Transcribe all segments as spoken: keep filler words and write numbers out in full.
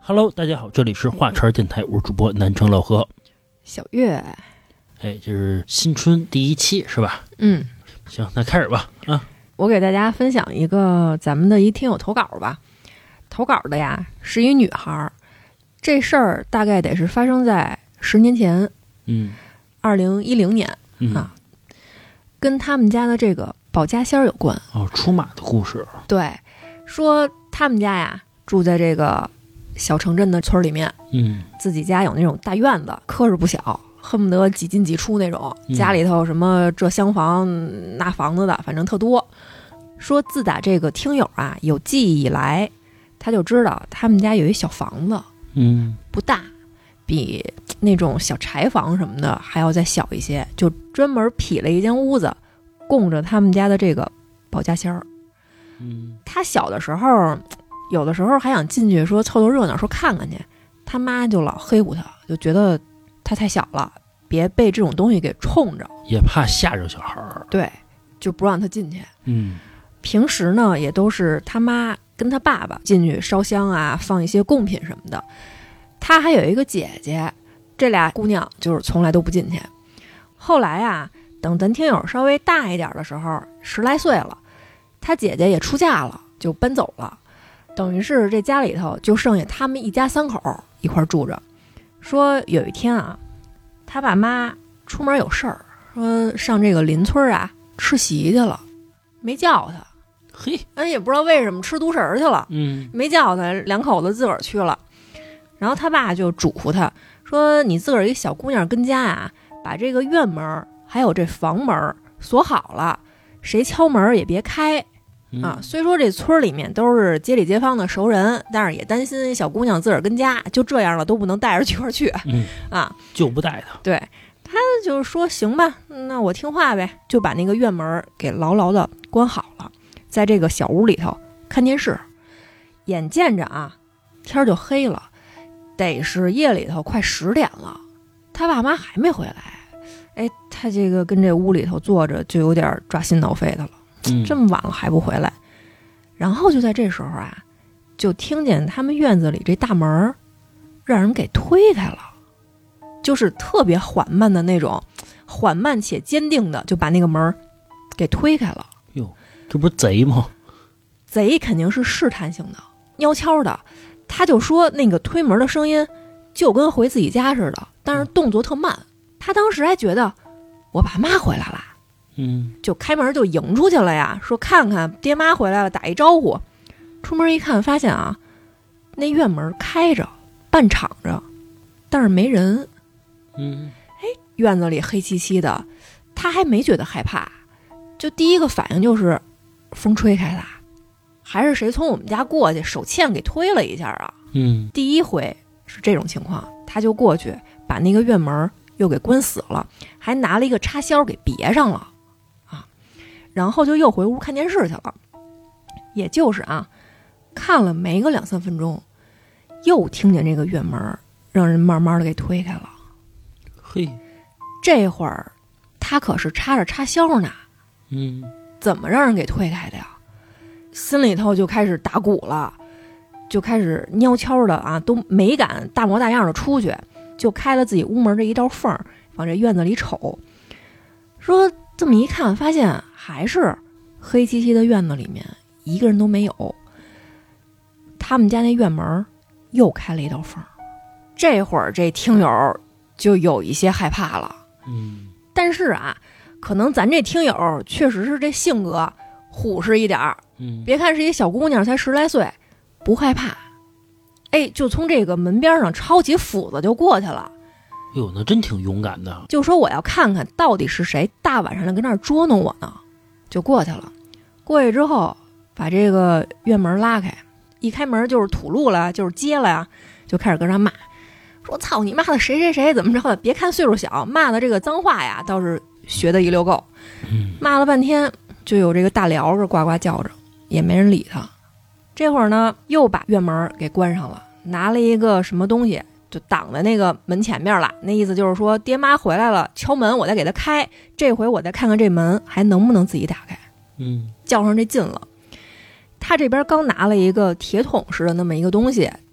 Hello， 大家好，这里是华晨电台，我是主播南城老何。 小月， 哎，这是新春第一期是吧？ 嗯， 行，那开始吧。啊， 我给大家分享一个咱们的一听友投稿吧。投稿的呀是一女孩，这事儿大概得是发生在十年前， 嗯， 二零一零年、 嗯、 啊，跟他们家的这个保家仙儿有关。 哦，出马的故事。 对，说他们家呀住在这个小城镇的村里面， 嗯， 自己家有那种大院子，可是不小，恨不得几进几出那种，家里头什么这厢房那房子的，反正特多。说自打这个听友啊有记忆以来，他就知道他们家有一小房子， 嗯， 不大，比那种小柴房什么的还要再小一些，就专门辟了一间屋子供着他们家的这个保家仙儿。 嗯， 他小的时候有的时候还想进去说凑凑热闹，说看看去，他妈就老黑乎他，就觉得他太小了，别被这种东西给冲着， 也怕吓着小孩儿。 对，就不让他进去。 嗯， 平时呢也都是他妈跟他爸爸进去烧香啊，放一些贡品什么的。他还有一个姐姐，这俩姑娘就是从来都不进去。后来啊，等咱听友稍微大一点的时候，十来岁了，他姐姐也出嫁了，就搬走了。等于是这家里头就剩下他们一家三口一块住着。说有一天啊，他爸妈出门有事儿，说上这个邻村啊吃席去了，没叫他。 嘿， 哎，也不知道为什么吃独食去了， 嗯， 没叫他，两口子自个儿去了。然后他爸就嘱咐他说：“你自个儿一小姑娘跟家啊，把这个院门还有这房门锁好了，谁敲门也别开。”啊，虽说这村里面都是街里街坊的熟人，但是也担心小姑娘自个儿跟家，就这样了都不能带着一块儿去， 嗯啊， 就不带他。 对，他就说行吧，那我听话呗，就把那个院门给牢牢的关好了，在这个小屋里头看电视。眼见着啊，天就黑了，得是夜里头快十点了，他爸妈还没回来，哎，他这个跟这屋里头坐着就有点抓心挠肺的了。 嗯， 这么晚了还不回来，然后就在这时候啊，就听见他们院子里这大门让人给推开了，就是特别缓慢的那种，缓慢且坚定的就把那个门给推开了。 哟，这不是贼吗？ 贼肯定是试探性的，悄悄的。他就说那个推门的声音就跟回自己家似的，但是动作特慢。他当时还觉得我爸妈回来了。 嗯， 就开门就迎出去了呀，说看看爹妈回来了，打一招呼。出门一看，发现啊，那院门开着，半敞着，但是没人。 嗯， 哎，院子里黑漆漆的，他还没觉得害怕，就第一个反应就是风吹开了，还是谁从我们家过去手欠给推了一下啊？ 嗯， 第一回是这种情况，他就过去把那个院门又给关死了，还拿了一个插销给别上了。然后就又回屋看电视去了，也就是啊，看了没个两三分钟，又听见这个院门让人慢慢的给推开了。 嘿， 这会儿他可是插着插销呢， 嗯， 怎么让人给推开的呀？心里头就开始打鼓了，就开始悄悄的啊，都没敢大模大样的出去，就开了自己屋门这一道缝，往这院子里瞅，说这么一看，发现还是黑漆漆的院子里面一个人都没有。他们家那院门又开了一道缝，这会儿这听友就有一些害怕了。 嗯， 但是啊，可能咱这听友确实是这性格虎实一点儿。 嗯， 别看是一小姑娘，才十来岁，不害怕。哎，就从这个门边上抄起斧子就过去了。 哟，那真挺勇敢的。 就说我要看看到底是谁大晚上的跟那儿捉弄我呢，就过去了。过去之后，把这个院门拉开，一开门就是土路了，就是街了呀，就开始跟人骂，说操你妈的谁谁谁怎么着的。别看岁数小，骂的这个脏话呀，倒是学的一溜够。 嗯， 骂了半天，就有这个大辽子呱呱叫着，也没人理他。这会儿呢，又把院门给关上了，拿了一个什么东西就挡在那个门前面了，那意思就是说爹妈回来了，敲门我再给他开，这回我再看看这门还能不能自己打开。 嗯， 较上这劲了。他这边刚拿了一个铁桶似的那么一个东西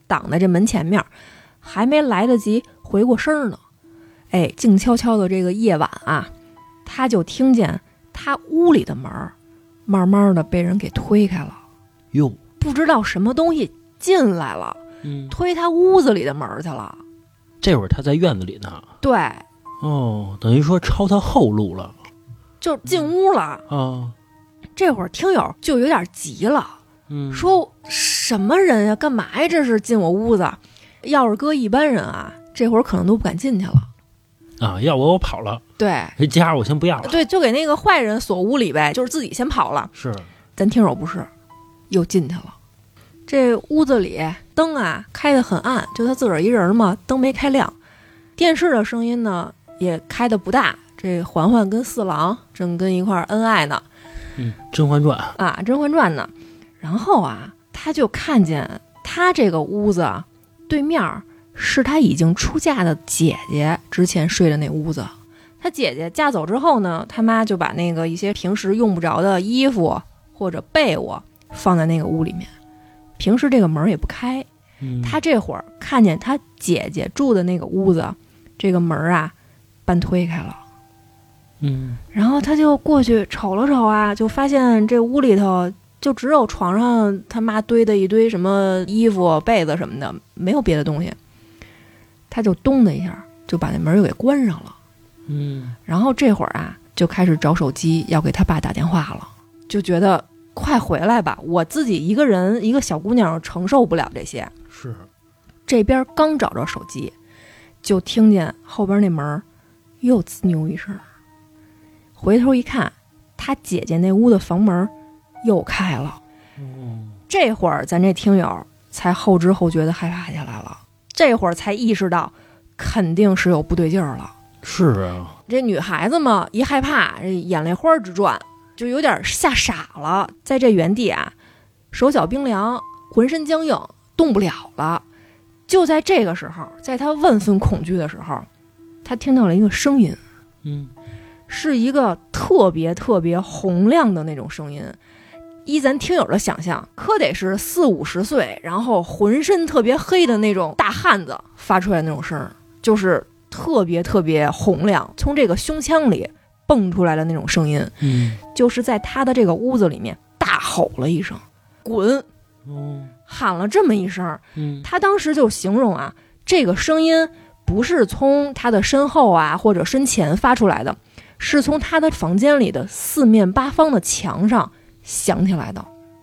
挡在这门前面，还没来得及回过身呢。哎，静悄悄的这个夜晚啊，他就听见他屋里的门慢慢的被人给推开了。 哟， 不知道什么东西进来了， 嗯， 推他屋子里的门去了。 这会儿他在院子里呢。 对， 哦，等于说抄他后路了， 就进屋了啊。 这会儿听友就有点急了， 嗯， 说什么人呀？干嘛呀？这是进我屋子？要是搁一般人啊，这会儿可能都不敢进去了。 啊，要我我跑了。 对， 这家我先不要了。 对，就给那个坏人锁屋里呗，就是自己先跑了。 是， 咱听友不是，又进去了。这屋子里灯啊开得很暗，就他自个儿一人嘛，灯没开亮。电视的声音呢也开得不大。这嬛嬛跟四郎正跟一块儿恩爱呢。 嗯，《甄嬛传》 啊，《甄嬛传》呢。然后啊，他就看见他这个屋子对面是他已经出嫁的姐姐之前睡的那屋子。他姐姐嫁走之后呢，他妈就把那个一些平时用不着的衣服或者被窝放在那个屋里面，平时这个门也不开。 嗯， 他这会儿看见他姐姐住的那个屋子，这个门啊半推开了。 嗯， 然后他就过去瞅了瞅啊，就发现这屋里头就只有床上他妈堆的一堆什么衣服被子什么的，没有别的东西。他就咚的一下就把那门又给关上了。 嗯， 然后这会儿啊就开始找手机要给他爸打电话了，就觉得快回来吧，我自己一个人一个小姑娘承受不了这些。 是， 这边刚找着手机，就听见后边那门又滋扭一声，回头一看，他姐姐那屋的房门又开了。 嗯， 这会儿咱这听友才后知后觉的害怕起来了，这会儿才意识到肯定是有不对劲儿了。 是啊， 这女孩子嘛，一害怕，这眼泪花直转，就有点吓傻了，在这原地啊，手脚冰凉，浑身僵硬，动不了了。就在这个时候，在他万分恐惧的时候，他听到了一个声音， 嗯， 是一个特别特别洪亮的那种声音。依咱听友的想象，可得是四五十岁，然后浑身特别黑的那种大汉子发出来那种声儿，就是特别特别洪亮，从这个胸腔里蹦出来的那种声音。 嗯， 就是在他的这个屋子里面大吼了一声滚， 哦， 喊了这么一声。 嗯， 他当时就形容啊，这个声音不是从他的身后啊或者身前发出来的，是从他的房间里的四面八方的墙上响起来的。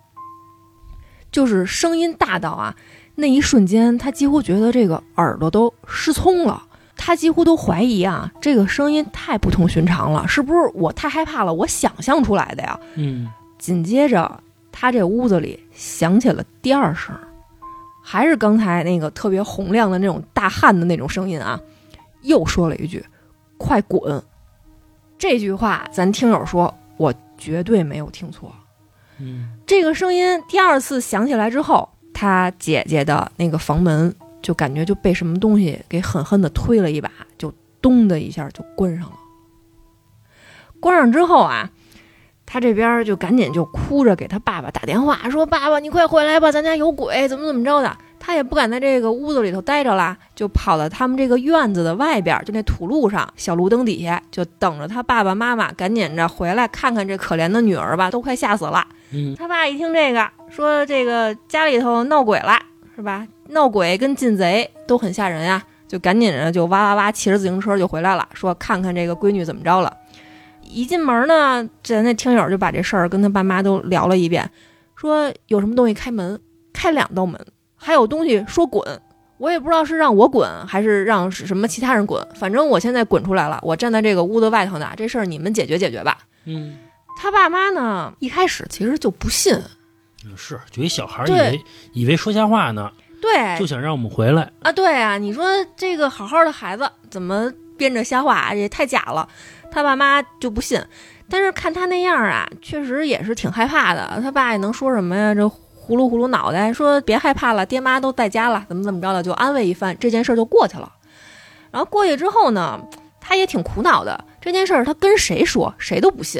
就是声音大到啊，那一瞬间他几乎觉得这个耳朵都失聪了，他几乎都怀疑啊，这个声音太不同寻常了，是不是我太害怕了，我想象出来的呀？ 嗯， 紧接着他这屋子里响起了第二声，还是刚才那个特别洪亮的那种大汉的那种声音啊，又说了一句快滚。这句话咱听友说我绝对没有听错。 嗯， 这个声音第二次响起来之后，他姐姐的那个房门就感觉就被什么东西给狠狠地推了一把，就咚的一下就关上了。关上之后啊，他这边就赶紧就哭着给他爸爸打电话，说爸爸你快回来吧，咱家有鬼，怎么怎么着的。他也不敢在这个屋子里头待着啦，就跑到他们这个院子的外边，就那土路上小路灯底下，就等着他爸爸妈妈赶紧着回来看看这可怜的女儿吧，都快吓死了。 嗯， 他爸一听这个，说这个家里头闹鬼了，是吧？闹鬼跟进贼都很吓人呀，就赶紧着就哇哇哇骑着自行车就回来了，说看看这个闺女怎么着了。一进门呢，咱那听友就把这事儿跟他爸妈都聊了一遍，说有什么东西开门，开两道门，还有东西说滚，我也不知道是让我滚还是让什么其他人滚，反正我现在滚出来了，我站在这个屋子外头呢，这事儿你们解决解决吧。 嗯， 他爸妈呢一开始其实就不信， 是就一小孩以为以为说瞎话呢， 对， 就想让我们回来啊。对啊，你说这个好好的孩子怎么编着瞎话，也太假了。他爸妈就不信，但是看他那样啊，确实也是挺害怕的。他爸也能说什么呀？这呼噜呼噜脑袋，说别害怕了，爹妈都在家了，怎么怎么着的，就安慰一番，这件事就过去了。然后过去之后呢，他也挺苦恼的。这件事他跟谁说，谁都不信。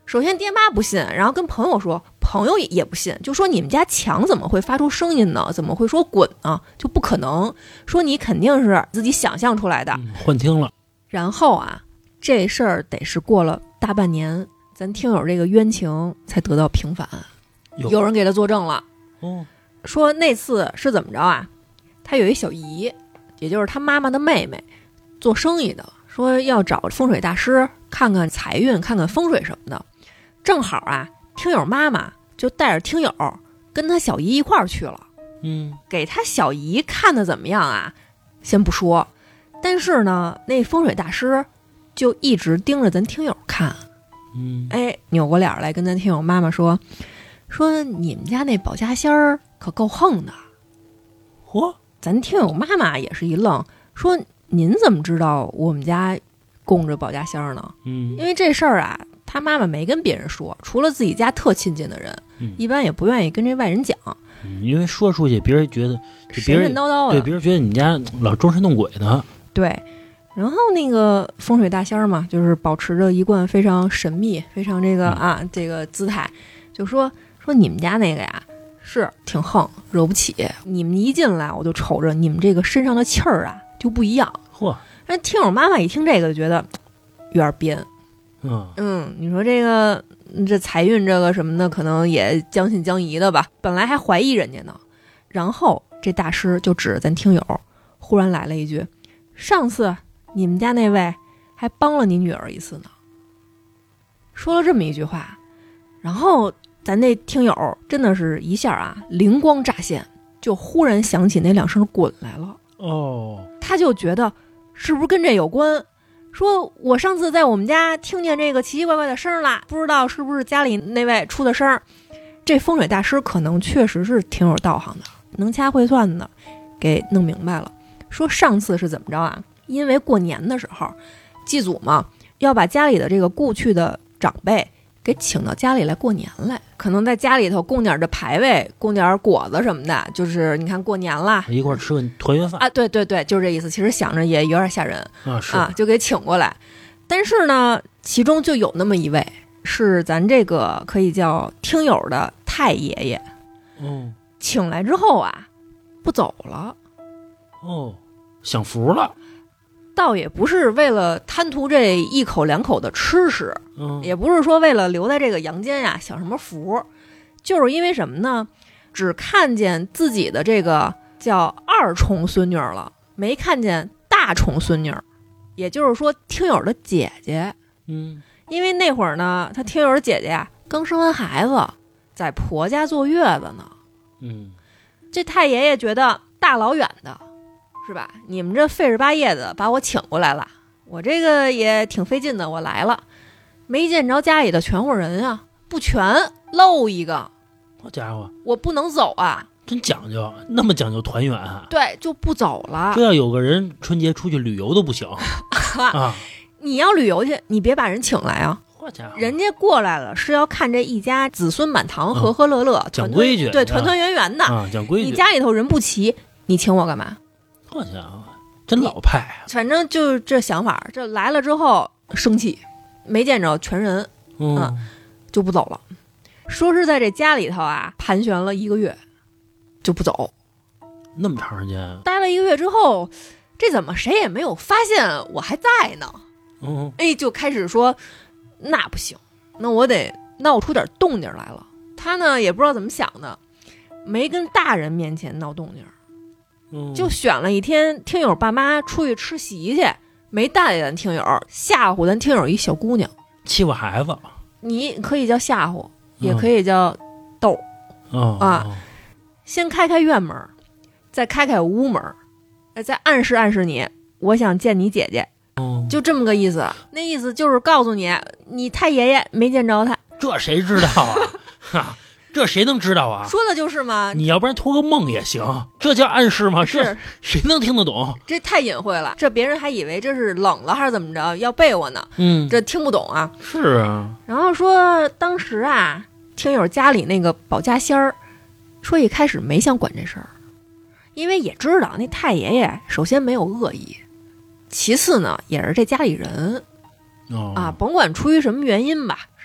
首先爹妈不信，然后跟朋友说，朋友也不信，就说你们家墙怎么会发出声音呢？怎么会说滚呢？就不可能，说你肯定是自己想象出来的， 嗯、幻听了。 然后啊，这事儿得是过了大半年，咱听友这个冤情才得到平反，有人给他作证了。 哦， 说那次是怎么着啊？他有一小姨，也就是他妈妈的妹妹，做生意的，说要找风水大师看看财运，看看风水什么的。正好啊，听友妈妈就带着听友跟他小姨一块儿去了。 嗯， 给他小姨看的怎么样啊？先不说，但是呢，那风水大师就一直盯着咱听友看。 嗯， 哎，扭过脸来跟咱听友妈妈说，说你们家那保家仙儿可够横的。 嚯， 咱听友妈妈也是一愣，说您怎么知道我们家供着保家仙儿呢？ 嗯， 因为这事儿啊，他妈妈没跟别人说，除了自己家特亲近的人， 嗯、 一般也不愿意跟这外人讲。 嗯、因为说出去，别人觉得别人神神叨叨的， 对，别人觉得你们家老装神弄鬼的。 对，然后那个风水大仙儿嘛，就是保持着一贯非常神秘、非常这个、嗯、啊这个姿态，就说说你们家那个呀是挺横，惹不起。你们一进来，我就瞅着你们这个身上的气儿啊就不一样。 嚯！ 那听友妈妈一听这个，就觉得有点编。 嗯嗯，你说这个这财运这个什么的，可能也将信将疑的吧。本来还怀疑人家呢，然后这大师就指着咱听友，忽然来了一句：“上次你们家那位还帮了你女儿一次呢。”说了这么一句话，然后咱那听友真的是一下啊灵光乍现，就忽然想起那两声滚来了。 哦， 他就觉得是不是跟这有关？说我上次在我们家听见这个奇奇怪怪的声了，不知道是不是家里那位出的声。这风水大师可能确实是挺有道行的，能掐会算的，给弄明白了。说上次是怎么着啊？因为过年的时候，祭祖嘛，要把家里的这个故去的长辈给请到家里来过年来，可能在家里头供点这牌位，供点果子什么的，就是你看过年啦， 一块吃个团圆饭啊，对对对，就是这意思。其实想着也有点吓人啊，是啊，就给请过来。但是呢，其中就有那么一位是咱这个可以叫听友的太爷爷， 哦， 请来之后啊，不走了， 哦，享福了。 倒也不是为了贪图这一口两口的吃食， 嗯， 也不是说为了留在这个阳间呀享什么福，就是因为什么呢？只看见自己的这个叫二重孙女了，没看见大重孙女，也就是说听友的姐姐。 嗯， 因为那会儿呢，他听友的姐姐呀刚生完孩子，在婆家坐月子呢。 嗯， 这太爷爷觉得大老远的。是吧？你们这费事巴叶子把我请过来了，我这个也挺费劲的，我来了，没见着家里的全户人啊，不全漏一个， 好家伙， 我不能走啊， 真讲究，那么讲究团圆啊？ 对，就不走了。 这要有个人春节出去旅游都不行啊！ 你要旅游去，你别把人请来啊！ 好家伙， 人家过来了是要看这一家子孙满堂，和和乐乐， 嗯、讲规矩， 对，团团圆圆的啊，讲规矩。 你家里头人不齐，你请我干嘛？ 好家伙，真老派啊！ 反正就这想法，这来了之后生气，没见着全人， 嗯， 嗯就不走了。说是在这家里头啊盘旋了一个月，就不走。 那么长时间， 待了一个月之后，这怎么谁也没有发现我还在呢？ 嗯， 哎，就开始说那不行，那我得闹出点动静来了。他呢也不知道怎么想的，没跟大人面前闹动静。就选了一天听友爸妈出去吃席去，没带咱听友，吓唬咱听友一小姑娘， 欺负孩子， 你可以叫吓唬，也可以叫逗、 嗯、 啊、哦、先开开院门，再开开屋门，再暗示暗示你，我想见你姐姐、 嗯、 就这么个意思。那意思就是告诉你，你太爷爷没见着他， 这谁知道啊哈，这谁能知道啊？ 说的就是嘛， 你要不然托个梦也行，这叫暗示吗？ 是谁能听得懂？ 这太隐晦了，这别人还以为这是冷了还是怎么着，要背我呢。 嗯， 这听不懂啊。 是啊。 然后说当时啊，听友家里那个保家仙儿，说一开始没想管这事儿，因为也知道那太爷爷首先没有恶意，其次呢也是这家里人、 哦、 啊，甭管出于什么原因吧，是吧？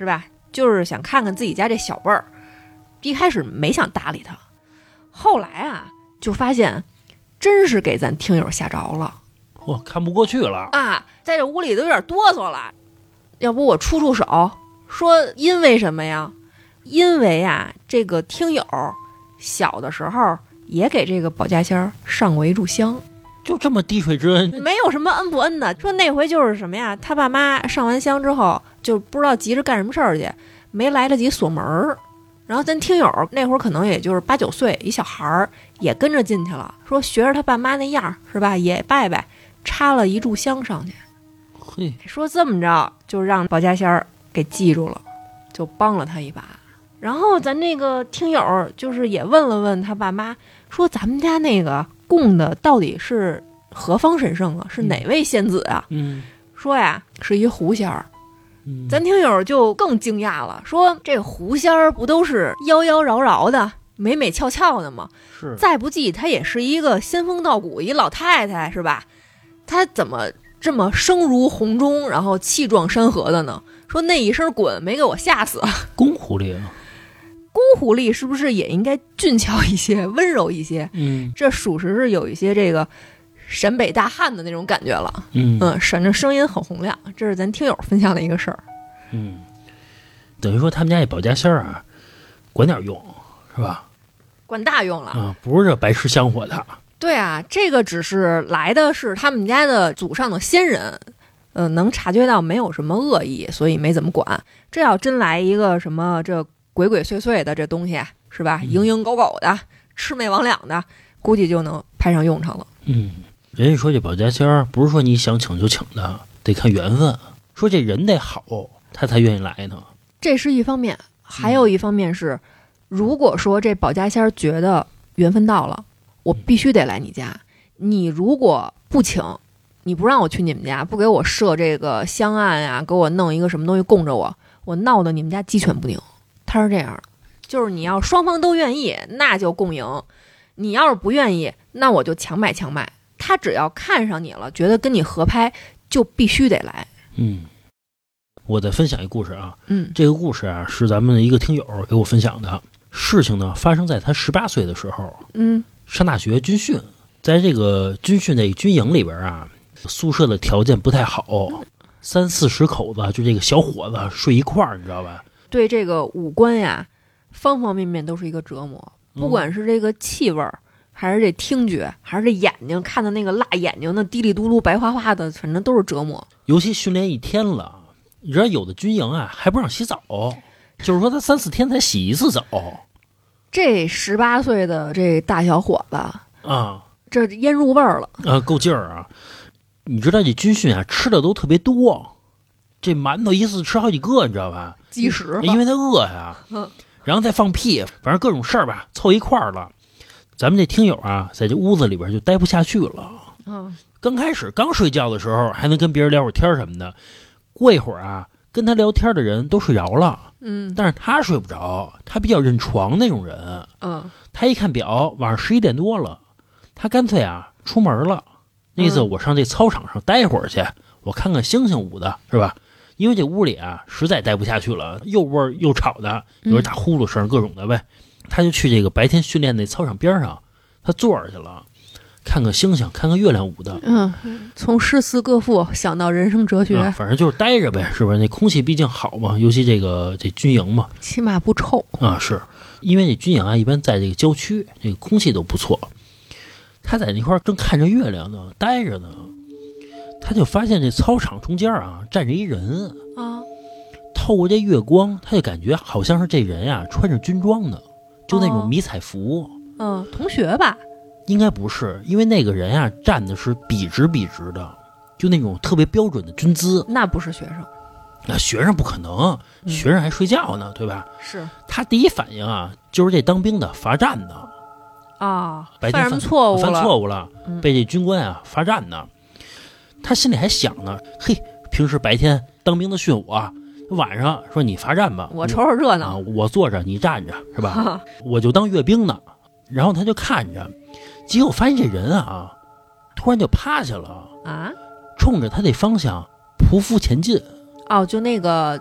就是想看看自己家这小辈儿。一开始没想搭理他，后来啊，就发现真是给咱听友吓着了。 我看不过去了啊，在这屋里都有点哆嗦了。要不我出出手，说因为什么呀？因为啊，这个听友小的时候也给这个保家仙儿上过一炷香。 就这么滴水之恩， 没有什么恩不恩的。说那回就是什么呀，他爸妈上完香之后，就不知道急着干什么事儿去，没来得及锁门儿。然后咱听友那会儿可能也就是八九岁，一小孩儿也跟着进去了，说学着他爸妈那样是吧，也拜拜，插了一炷香上去。 嘿， 说这么着就让保家仙儿给记住了，就帮了他一把。然后咱那个听友就是也问了问他爸妈，说咱们家那个供的到底是何方神圣啊？是哪位仙子啊？ 嗯， 说呀是一狐仙儿。 嗯， 咱听友就更惊讶了，说这狐仙儿不都是妖妖娆娆的、美美俏俏的吗？ 是， 再不济她也是一个仙风道骨一老太太是吧？她怎么这么声如洪钟，然后气壮山河的呢？说那一声滚没给我吓死。 公狐狸啊， 公狐狸是不是也应该俊俏一些、温柔一些？ 嗯， 这属实是有一些这个陕北大汉的那种感觉了。 嗯嗯，闪着声音很洪亮，这是咱听友分享的一个事儿。 嗯，等于说他们家这保家仙儿啊，管点用是吧？ 管大用了啊，不是这白吃香火的。 对啊，这个只是来的是他们家的祖上的先人，呃，能察觉到没有什么恶意，所以没怎么管。这要真来一个什么这鬼鬼祟祟的这东西是吧，蝇营狗苟的、魑魅魍魉的，估计就能派上用场了。 嗯，人家说这保家仙儿不是说你想请就请的，得看缘分。说这人得好，他才愿意来呢。 这是一方面，还有一方面是，嗯、如果说这保家仙儿觉得缘分到了，我必须得来你家。你如果不请，你不让我去你们家，不给我设这个香案呀、啊，给我弄一个什么东西供着我，我闹得你们家鸡犬不宁。他是这样的，就是你要双方都愿意，那就共赢；你要是不愿意，那我就强买强卖。他只要看上你了，觉得跟你合拍，就必须得来。 嗯，我再分享一故事啊。 嗯， 这个故事啊是咱们的一个听友给我分享的。事情呢发生在他十八岁的时候， 嗯， 上大学军训，在这个军训的军营里边啊，宿舍的条件不太好，三四十口子就这个小伙子睡一块儿，你知道吧？ 对这个五官呀，方方面面都是一个折磨，不管是这个气味儿。嗯，还是这听觉，还是这眼睛看的那个辣眼睛，那滴里嘟噜白花花的，反正都是折磨。 尤其训练一天了，你知道有的军营啊还不让洗澡，就是说他三四天才洗一次澡。 这十八岁的这大小伙子啊， 这腌入味儿了啊，够劲儿啊！你知道这军训啊吃的都特别多，这馒头一次吃好几个，你知道吧？ 积食， 因为他饿呀， 嗯， 然后再放屁，反正各种事儿吧凑一块儿了。咱们这听友啊，在这屋子里边就待不下去了。 嗯， 刚开始刚睡觉的时候，还能跟别人聊会儿天什么的。过一会儿啊，跟他聊天的人都睡着了。 嗯， 但是他睡不着，他比较认床那种人。 嗯， 他一看表，晚上十一点多了，他干脆啊出门了。那意思我上这操场上待会儿去，我看看星星舞的，是吧？因为这屋里啊实在待不下去了，又味儿又吵的，有点打呼噜声，各种的呗。他就去这个白天训练那操场边上，他坐着去了，看看星星，看看月亮舞的。 嗯，从诗词歌赋想到人生哲学， 啊、反正就是待着呗，是不是？那空气毕竟好嘛，尤其这个这军营嘛， 起码不臭啊。是因为这军营啊，一般在这个郊区，这个空气都不错。他在那块正看着月亮呢，待着呢，他就发现这操场中间啊站着一人啊， 透过这月光，他就感觉好像是这人呀、啊、穿着军装的。就那种迷彩服， 哦、嗯，同学吧？ 应该不是，因为那个人啊站的是笔直笔直的，就那种特别标准的军姿。 那不是学生， 那学生不可能， 嗯、 学生还睡觉呢，对吧？ 是他第一反应啊，就是这当兵的罚站呢， 啊， 白天犯什么错误犯错误了， 嗯、 被这军官啊罚站呢。他心里还想呢，嘿，平时白天当兵的训我。晚上说你罚站吧， 我瞅瞅热闹、 啊，我坐着你站着是吧？我就当阅兵呢。然后他就看着，结果发现这人啊，突然就趴下了啊， 冲着他这方向匍匐前进。 哦，就那个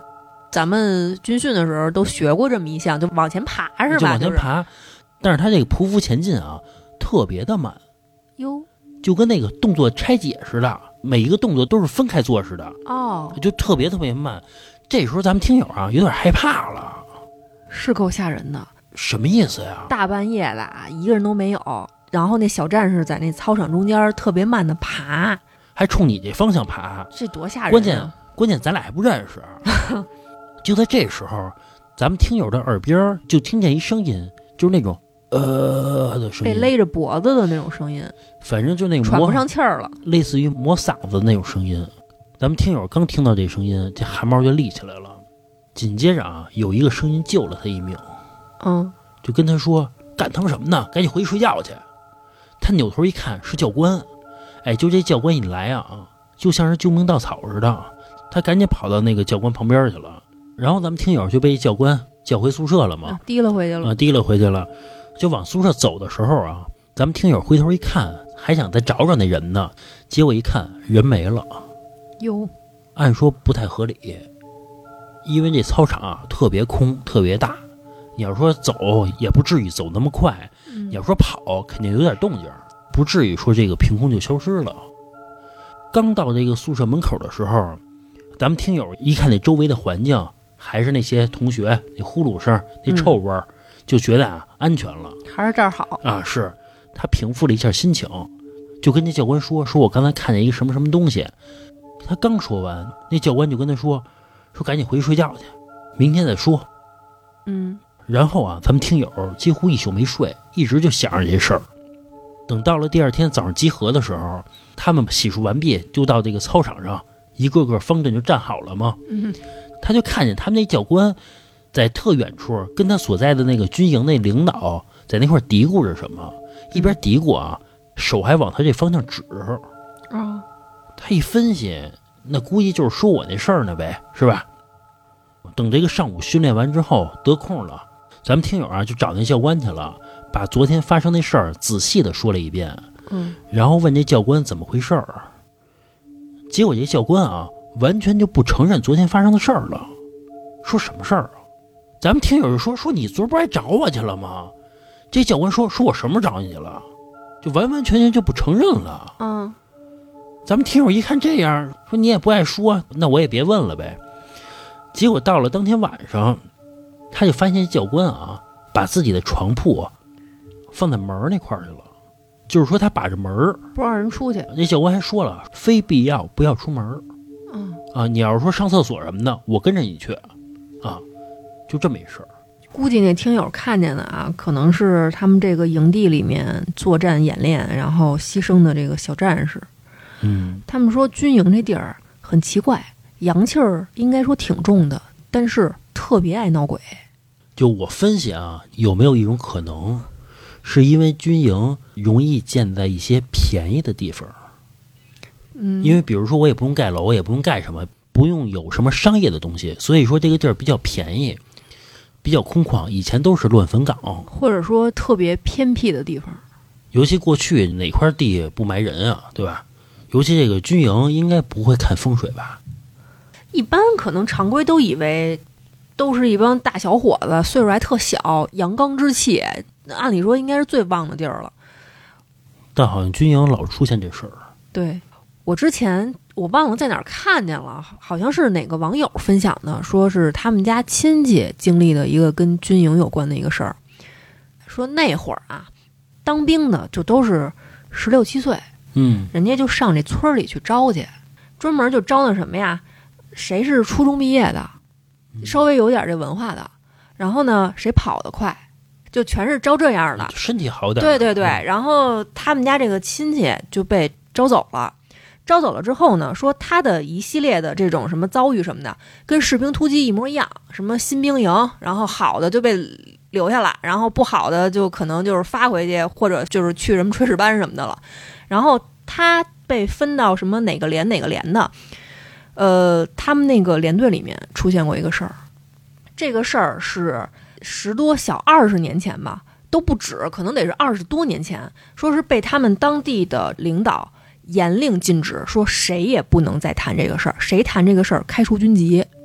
咱们军训的时候都学过这么一项，就往前爬是吧？ 就往前爬， 就是、 但是他这个匍匐前进啊，特别的慢， 哟， 就跟那个动作拆解似的，每一个动作都是分开做似的， 哦， 就特别特别慢。这时候咱们听友啊有点害怕了， 是够吓人的。 什么意思呀？ 大半夜的，一个人都没有，然后那小战士在那操场中间特别慢的爬， 还冲你这方向爬， 这多吓人、啊！ 关键关键咱俩还不认识。就在这时候，咱们听友的耳边就听见一声音，就是那种呃的声音， 被勒着脖子的那种声音， 反正就那种喘不上气儿了， 类似于磨嗓子的那种声音。咱们听友刚听到这声音，这汗毛就立起来了。紧接着啊，有一个声音救了他一命， 嗯， 就跟他说：“干他妈什么呢？赶紧回去睡觉去。”他扭头一看是教官，哎，就这教官一来啊，就像是救命稻草似的，他赶紧跑到那个教官旁边去了。然后咱们听友就被教官叫回宿舍了嘛， 啊、提了回去了， 啊，提了回去了。就往宿舍走的时候啊，咱们听友回头一看，还想再找找那人呢，结果一看人没了。 哟， 按说不太合理，因为这操场啊特别空，特别大。你要说走也不至于走那么快， 嗯、 你要说跑肯定有点动静，不至于说这个凭空就消失了。刚到这个宿舍门口的时候，咱们听友一看那周围的环境，还是那些同学那呼噜声那臭味、嗯、就觉得啊安全了， 还是这儿好啊。是他平复了一下心情，就跟那教官说说我刚才看见一个什么什么东西。他刚说完，那教官就跟他说说赶紧回去睡觉去，明天再说。 嗯， 然后啊，咱们听友几乎一宿没睡，一直就想着这事儿。等到了第二天早上集合的时候，他们洗漱完毕，就到这个操场上，一个个方阵就站好了嘛。 嗯， 他就看见他们那教官在特远处跟他所在的那个军营那领导在那块嘀咕着什么，一边嘀咕啊，手还往他这方向指。 啊， 他一分析，那估计就是说我那事儿呢呗，是吧？等这个上午训练完之后得空了，咱们听友啊就找那教官去了，把昨天发生那事儿仔细的说了一遍。 嗯， 然后问这教官怎么回事儿。结果这教官啊完全就不承认昨天发生的事儿了，说什么事儿啊？咱们听友就说说你昨儿不还找我去了吗？这教官说说我什么找你去了，就完完全全就不承认了。 嗯， 咱们听友一看这样，说你也不爱说，那我也别问了呗。结果到了当天晚上，他就发现教官啊把自己的床铺放在门那块儿去了，就是说他把着门不让人出去。 那教官还说了，非必要不要出门。 嗯啊，你要是说上厕所什么的，我跟着你去啊，就这么一事儿。 估计那听友看见的啊，可能是他们这个营地里面作战演练，然后牺牲的这个小战士。 嗯， 他们说军营这地儿很奇怪，阳气儿应该说挺重的，但是特别爱闹鬼。 就我分析啊，有没有一种可能，是因为军营容易建在一些便宜的地方？ 嗯， 因为比如说我也不用盖楼，也不用盖什么，不用有什么商业的东西，所以说这个地儿比较便宜，比较空旷。以前都是乱坟岗， 或者说特别偏僻的地方。 尤其过去哪块地不埋人啊，对吧？尤其这个军营应该不会看风水吧？ 一般可能常规都以为都是一帮大小伙子，岁数还特小，阳刚之气，按理说应该是最旺的地儿了。 但好像军营老出现这事儿。 对，我之前我忘了在哪儿看见了，好像是哪个网友分享的，说是他们家亲戚经历的一个跟军营有关的一个事儿。说那会儿啊，当兵的就都是十六七岁， 嗯， 人家就上这村里去招去，专门就招那什么呀，谁是初中毕业的，稍微有点这文化的，然后呢谁跑得快，就全是招这样的， 身体好点。 对对对，然后他们家这个亲戚就被招走了。招走了之后呢，说他的一系列的这种什么遭遇什么的，跟士兵突击一模一样，什么新兵营，然后好的就被留下来，然后不好的就可能就是发回去，或者就是去什么炊事班什么的了。然后他被分到什么哪个连哪个连的，呃，他们那个连队里面出现过一个事儿，这个事儿是十多小二十年前吧，都不止，可能得是二十多年前，说是被他们当地的领导严令禁止，说谁也不能再谈这个事儿，谁谈这个事儿开除军籍。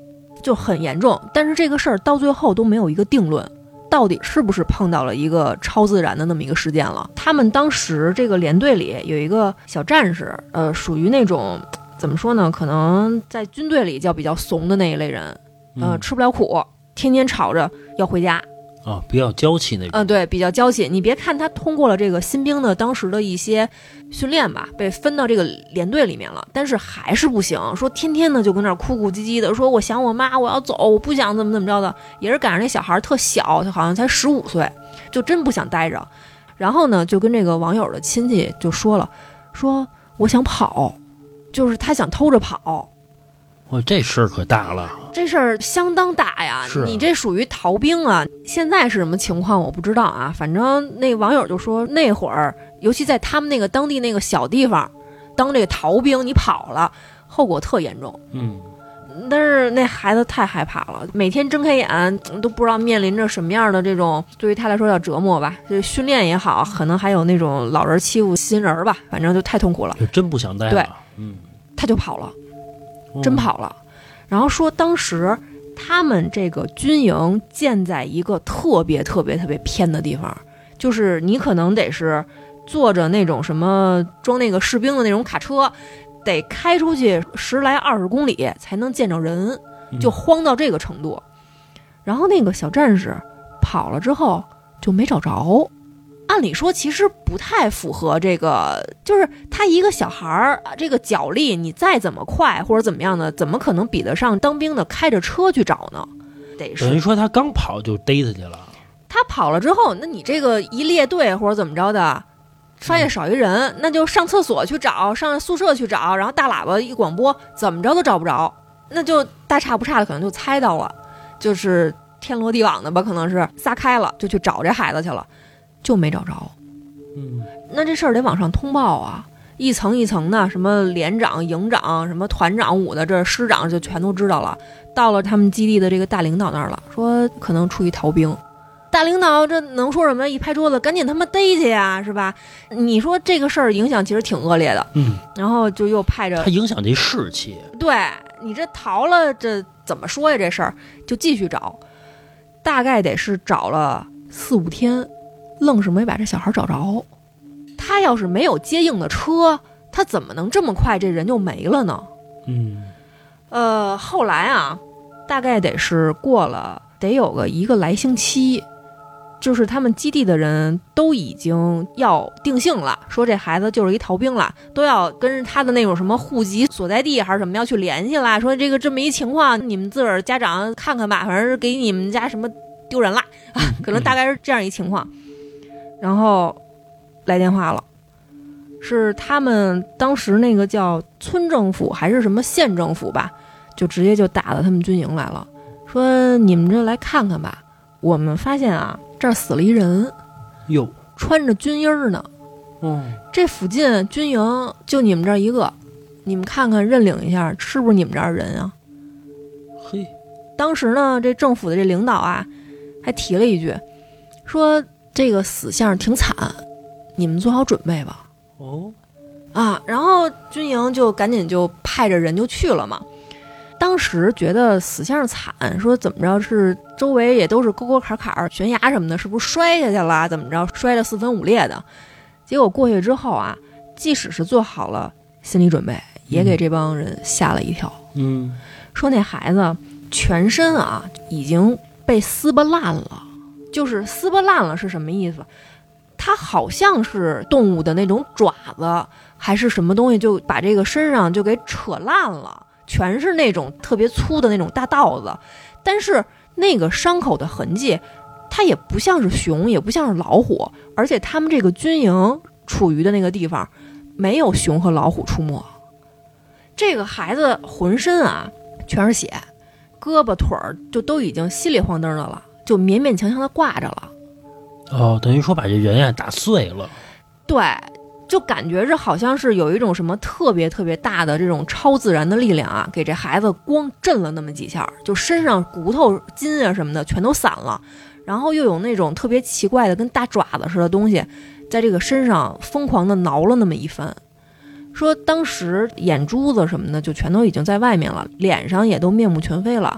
就很严重。但是这个事儿到最后都没有一个定论，到底是不是碰到了一个超自然的那么一个事件了。他们当时这个连队里有一个小战士，呃，属于那种怎么说呢，可能在军队里叫比较怂的那一类人，呃， 嗯、 吃不了苦，天天吵着要回家。 啊，比较娇气那种。 嗯、呃，对，比较娇气。你别看他通过了这个新兵的当时的一些训练吧，被分到这个连队里面了，但是还是不行。说天天呢就跟那儿哭哭唧唧的，说我想我妈，我要走，我不想怎么怎么着的。也是赶上那小孩特小，他好像才十五岁，就真不想待着。然后呢，就跟这个网友的亲戚就说了，说我想跑，就是他想偷着跑。 哇，这事儿可大了， 这事儿相当大呀！ 是啊， 你这属于逃兵啊！现在是什么情况我不知道啊，反正那网友就说那会儿，尤其在他们那个当地那个小地方，当这个逃兵你跑了，后果特严重。 嗯， 但是那孩子太害怕了，每天睁开眼都不知道面临着什么样的这种，对于他来说叫折磨吧，这训练也好，可能还有那种老人欺负新人吧，反正就太痛苦了。 就真不想待了。 对， 嗯， 他就跑了。真跑了，然后说当时他们这个军营建在一个特别特别特别偏的地方，就是你可能得是坐着那种什么装那个士兵的那种卡车，得开出去十来二十公里才能见着人，就荒到这个程度。嗯、然后那个小战士跑了之后就没找着。按理说其实不太符合这个，就是他一个小孩儿，这个脚力你再怎么快或者怎么样的，怎么可能比得上当兵的开着车去找呢？得是等于说他刚跑就逮他去了。 他跑了之后，那你这个一列队或者怎么着的，发现少一人，嗯、那就上厕所去找，上宿舍去找，然后大喇叭一广播，怎么着都找不着，那就大差不差的可能就猜到了，就是天罗地网的吧，可能是撒开了就去找这孩子去了。就没找着， 嗯， 那这事儿得往上通报啊，一层一层的，什么连长、营长、什么团长、武的，这师长就全都知道了。到了他们基地的这个大领导那儿了，说可能出于逃兵。大领导这能说什么？一拍桌子，赶紧他妈逮去呀，是吧？你说这个事儿影响其实挺恶劣的， 嗯， 然后就又派着他影响这士气。 对你这逃了，这怎么说呀？这事儿就继续找，大概得是找了四五天。愣是没把这小孩找着，他要是没有接应的车，他怎么能这么快这人就没了呢？ 嗯， 呃，后来啊，大概得是过了得有个一个来星期，就是他们基地的人都已经要定性了，说这孩子就是一逃兵了，都要跟他的那种什么户籍所在地还是什么要去联系啦，说这个这么一情况，你们自个儿家长看看吧，反正是给你们家什么丢人了啊，可能大概是这样一情况。然后来电话了，是他们当时那个叫村政府还是什么县政府吧，就直接就打到他们军营来了，说你们这来看看吧，我们发现啊这儿死了一人， 哟， 穿着军衣呢， 哦， 这附近军营就你们这儿一个，你们看看认领一下是不是你们这儿人啊？ 嘿， 当时呢这政府的这领导啊还提了一句，说这个死相挺惨，你们做好准备吧。 哦， 啊，然后军营就赶紧就派着人就去了嘛。当时觉得死相惨，说怎么着是周围也都是沟沟坎坎、悬崖什么的，是不是摔下去了？怎么着摔得四分五裂的？结果过去之后啊，即使是做好了心理准备，也给这帮人吓了一跳。 嗯， 说那孩子全身啊已经被撕巴烂了。就是撕巴烂了是什么意思？它好像是动物的那种爪子，还是什么东西，就把这个身上就给扯烂了，全是那种特别粗的那种大道子。但是那个伤口的痕迹，它也不像是熊，也不像是老虎，而且他们这个军营处于的那个地方，没有熊和老虎出没。这个孩子浑身啊全是血，胳膊腿儿就都已经稀里晃灯的了。就勉勉强强的挂着了， 哦，等于说把这人呀打碎了。 对，就感觉是好像是有一种什么特别特别大的这种超自然的力量啊，给这孩子光震了那么几下，就身上骨头筋啊什么的全都散了，然后又有那种特别奇怪的跟大爪子似的东西，在这个身上疯狂的挠了那么一番。说当时眼珠子什么的就全都已经在外面了，脸上也都面目全非了。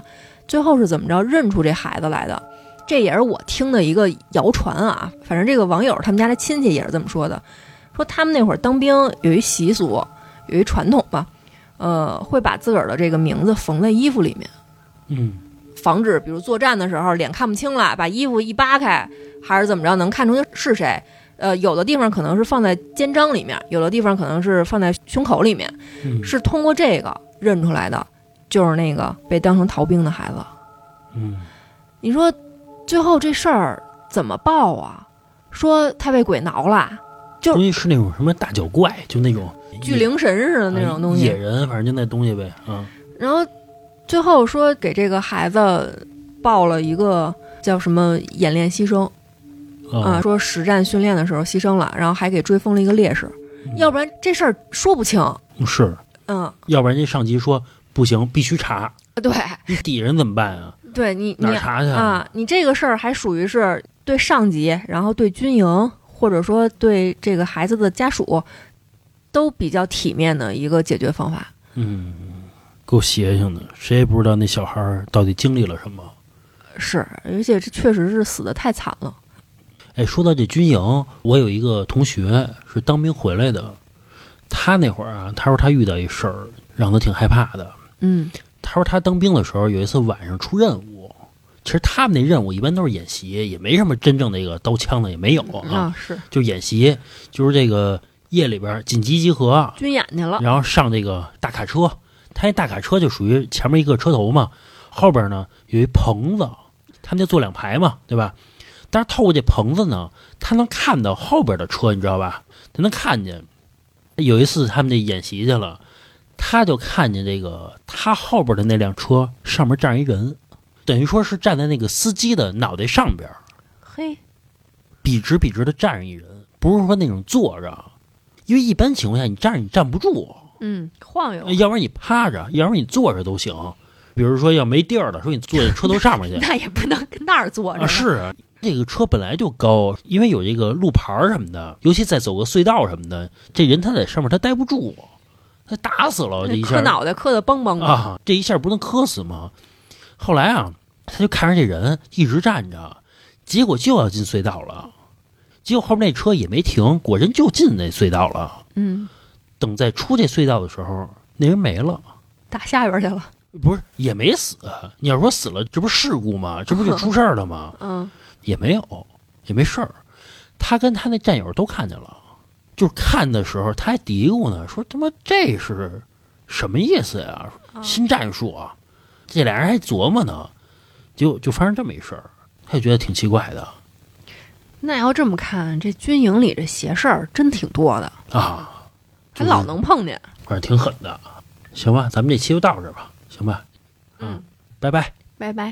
最后是怎么着认出这孩子来的？这也是我听的一个谣传啊，反正这个网友他们家的亲戚也是这么说的，说他们那会儿当兵有一习俗，有一传统吧，呃，会把自个儿的这个名字缝在衣服里面， 嗯， 防止比如作战的时候脸看不清了，把衣服一扒开，还是怎么着能看出是谁。呃，有的地方可能是放在肩章里面，有的地方可能是放在胸口里面， 嗯、 是通过这个认出来的，就是那个被当成逃兵的孩子。 嗯， 你说最后这事儿怎么报啊？说他被鬼挠了，就东西是那种什么大脚怪，就那种巨灵神似的那种东西， 野人，反正就那东西呗啊。 然后最后说给这个孩子报了一个叫什么演练牺牲。啊、呃，说实战训练的时候牺牲了，然后还给追封了一个烈士，嗯、要不然这事儿说不清。 是， 嗯， 要不然这上级说不行，必须查。 对， 你底人怎么办啊？ 对你哪查去啊？你这个事儿还属于是对上级，然后对军营，或者说对这个孩子的家属，都比较体面的一个解决方法。 嗯，够邪性的，谁也不知道那小孩到底经历了什么。 是，而且这确实是死得太惨了。 哎，说到这军营，我有一个同学是当兵回来的，他那会儿啊，他说他遇到一事儿，让他挺害怕的。 嗯， 他说他当兵的时候有一次晚上出任务，其实他们那任务一般都是演习，也没什么真正的一个刀枪的也没有啊， 嗯、啊是就演习，就是这个夜里边紧急集合， 军演去了， 然后上这个大卡车，他那大卡车就属于前面一个车头嘛，后边呢有一棚子，他们就坐两排嘛，对吧？但是透过这棚子呢，他能看到后边的车，你知道吧？他能看见。有一次他们这演习去了，他就看见这个他后边的那辆车上面站一人，等于说是站在那个司机的脑袋上边， 嘿， 笔直笔直的站着一人，不是说那种坐着，因为一般情况下你站着你站不住， 嗯，晃悠， 要不然你趴着，要不然你坐着都行。比如说要没地儿了，说你坐在车头上面去， 那也不能跟那儿坐着、 啊。是啊，这个车本来就高，因为有这个路牌什么的，尤其再走个隧道什么的，这人他在上面他待不住，他打死了这一下， 磕脑袋磕得梆梆的啊，这一下不能磕死吗？后来啊，他就看着这人一直站着，结果就要进隧道了，结果后面那车也没停，果真就进那隧道了。 嗯， 等再出这隧道的时候，那人没了， 打下边去了。 不是也没死，你要说死了，这不是事故吗？这不就出事儿了吗？ 嗯， 也没有，也没事儿。他跟他那战友都看见了，就是看的时候他还嘀咕呢，说他妈这是什么意思呀？新战术啊！这俩人还琢磨呢，就就发生这么一事儿，他就觉得挺奇怪的。 那要这么看，这军营里这邪事儿真挺多的啊， 还老能碰见， 反正挺狠的。行吧，咱们这期就到这儿吧。行吧，嗯，拜拜， 拜拜。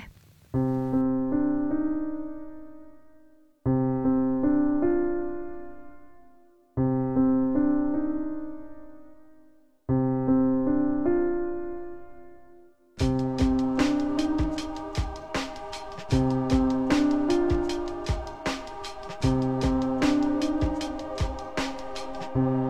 you